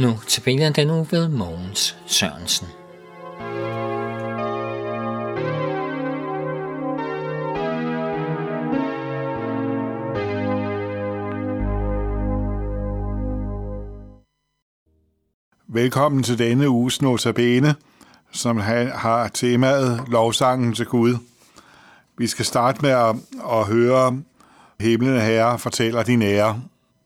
Nu tabiner den nu ved Mogens Sørensen. Velkommen til denne uges notabene, som har temaet lovsangen til Gud. Vi skal starte med at høre Himlene Herre fortæller din ære.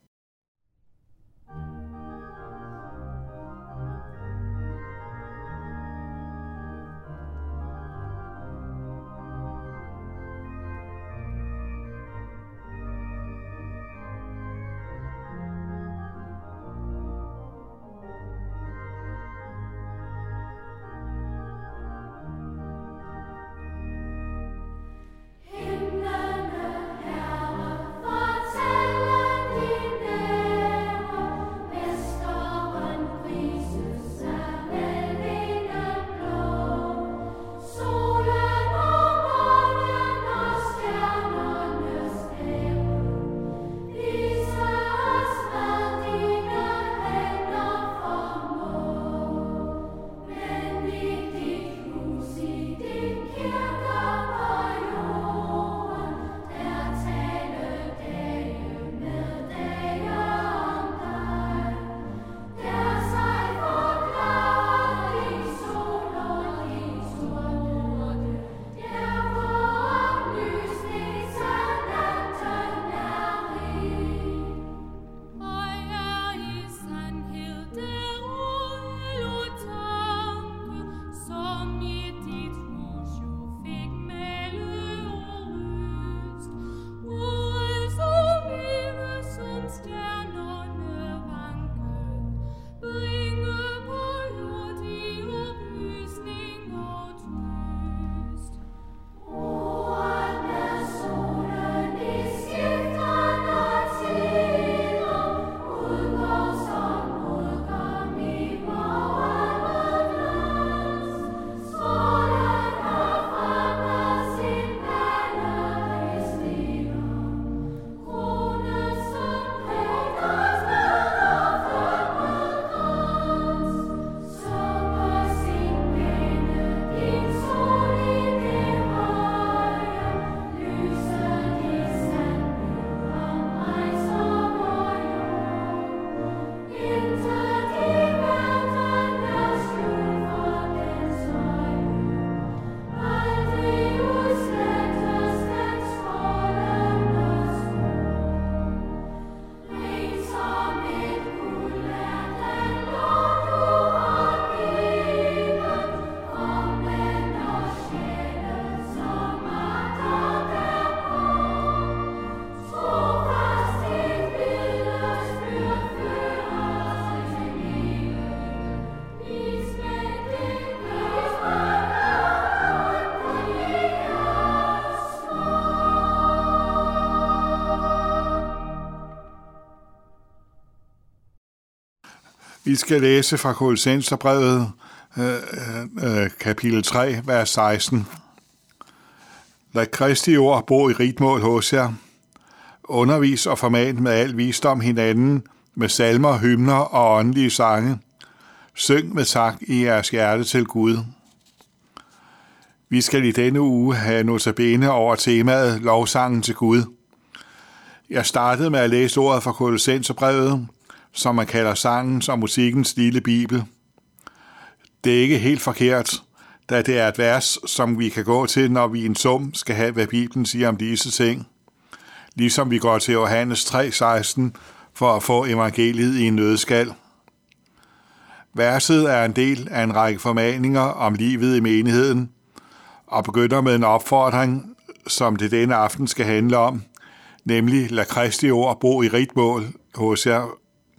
Vi skal læse fra Kolossenserbrevet, kapitel 3, vers 16. Lad Kristi ord bo i rigt mål hos jer. Undervis og forman med al visdom hinanden, med salmer, hymner og åndelige sange. Syng med tak i jeres hjerte til Gud. Vi skal i denne uge have notabene over temaet lovsangen til Gud. Jeg startede med at læse ordet fra Kolossenserbrevet, som man kalder sangens og musikkens lille bibel. Det er ikke helt forkert, da det er et vers, som vi kan gå til, når vi i en sum skal have, hvad Bibelen siger om disse ting. Ligesom vi går til Johannes 3,16 for at få evangeliet i en nøddeskal. Verset er en del af en række formaninger om livet i menigheden, og begynder med en opfordring, som det denne aften skal handle om, nemlig lad Kristi ord bo i rigt mål hos jer.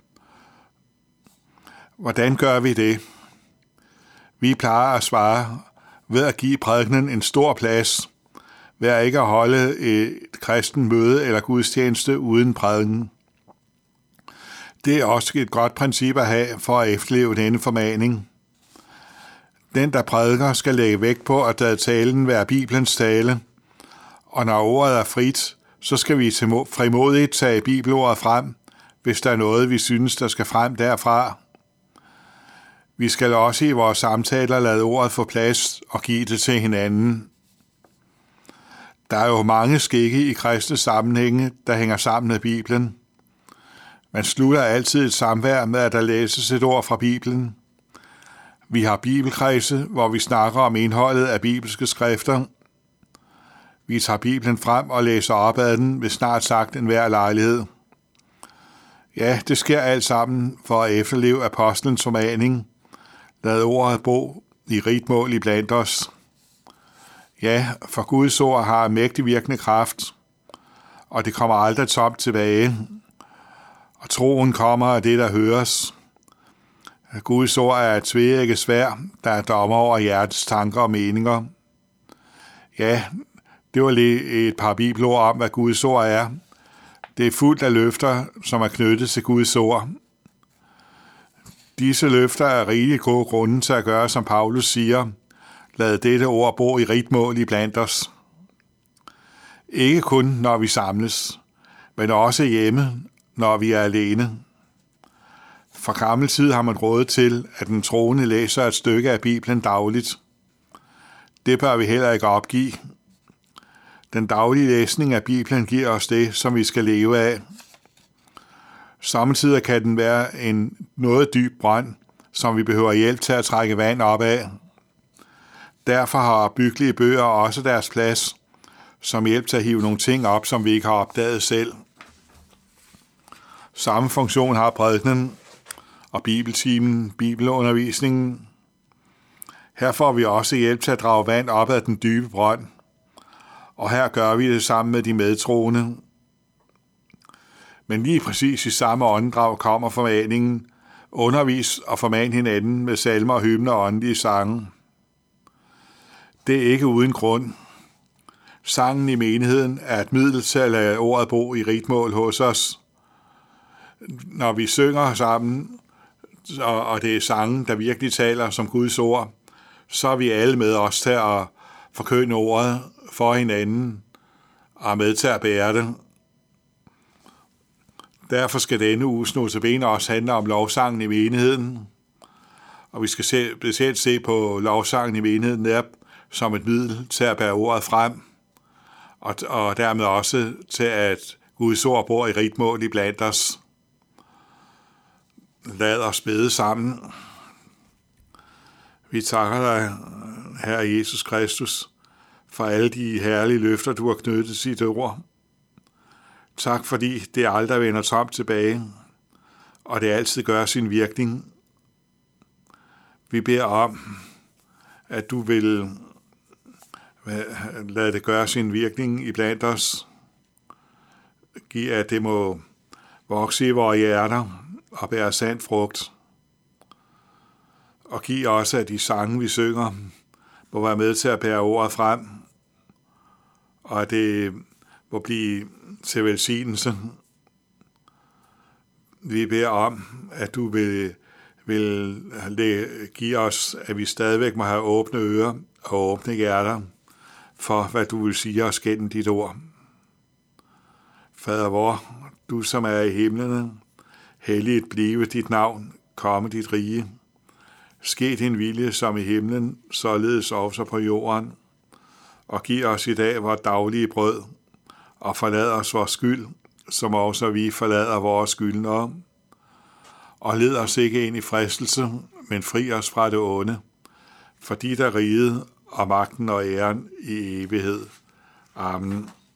Hvordan gør vi det? Vi plejer at svare ved at give prædikenen en stor plads, ved at ikke at holde et kristen møde eller gudstjeneste uden prædiken. Det er også et godt princip at have for at efterleve denne formaning. Den, der prædiker, skal lægge vægt på at lade talen være Bibelens tale, og når ordet er frit, så skal vi frimodigt tage bibelordet frem, hvis der er noget, vi synes, der skal frem derfra. Vi skal også i vores samtaler lade ordet få plads og give det til hinanden. Der er jo mange skikke i kristne sammenhænge, der hænger sammen med Bibelen. Man slutter altid et samvær med, at der læses et ord fra Bibelen. Vi har bibelkredse, hvor vi snakker om indholdet af bibelske skrifter. Vi tager Bibelen frem og læser op ad den ved snart sagt enhver lejlighed. Ja, det sker alt sammen for at efterleve apostlens formaning. Lad ordet bo i rigt mål i blandt os. Ja, for Guds ord har en mægtig virkende kraft, og det kommer aldrig tomt tilbage. Og troen kommer af det, der høres. Guds ord er et tveægget sværd, der er dommer over hjertets tanker og meninger. Ja, det var lige et par bibelord om, hvad Guds ord er. Det er fuldt af løfter, som er knyttet til Guds ord. Disse løfter er rigtig gode grunde til at gøre, som Paulus siger, lad dette ord bo i rigt mål i blandt os. Ikke kun, når vi samles, men også hjemme, når vi er alene. Fra gammel tid har man rådet til, at den troende læser et stykke af Bibelen dagligt. Det bør vi heller ikke opgive. Den daglige læsning af Bibelen giver os det, som vi skal leve af. Samtidig kan den være en noget dyb brønd, som vi behøver hjælp til at trække vand op af. Derfor har byggelige bøger også deres plads, som hjælp til at hive nogle ting op, som vi ikke har opdaget selv. Samme funktion har prædikenen og bibeltimen, bibelundervisningen. Her får vi også hjælp til at drage vand op ad den dybe brønd, og her gør vi det sammen med de medtroende. Men lige præcis i samme åndedrag kommer formaningen, undervis og forman hinanden med salmer, hymner og åndelige sange. Det er ikke uden grund. Sangen i menigheden er et middel til at lade ordet bo i rigt mål hos os. Når vi synger sammen, og det er sangen, der virkelig taler som Guds ord, så er vi alle med os til at forkynde ordet for hinanden og med til at bære det. Derfor skal denne uges notabene også handle om lovsangen i menigheden, og vi skal specielt se på lovsangen i menigheden der som et middel til at bære ordet frem, og dermed også til at Guds ord bor i rigt mål i blandt os. Lad os bede sammen. Vi takker dig, Herre Jesus Kristus, for alle de herlige løfter, du har knyttet til dit ord. Tak, fordi det aldrig vender tomt tilbage, og det altid gør sin virkning. Vi beder om, at du vil lade det gøre sin virkning iblandt os. Giv, at det må vokse i vores hjerter og bære sand frugt. Og giv også, at de sange, vi synger, må være med til at bære ordet frem, og at det må blive til velsignelse. Vi beder om, at du vil give os, at vi stadigvæk må have åbne ører og åbne hjerter for, hvad du vil sige os gennem dit ord. Fader vor, du som er i himlene, helliget blive dit navn, komme dit rige. Ske din vilje som i himlen, således også på jorden. Og giv os i dag vores daglige brød, og forlad os vores skyld, som også vi forlader vores skyldnere. Og led os ikke ind i fristelse, men fri os fra det onde, for dit er riget og magten og æren i evighed. Amen.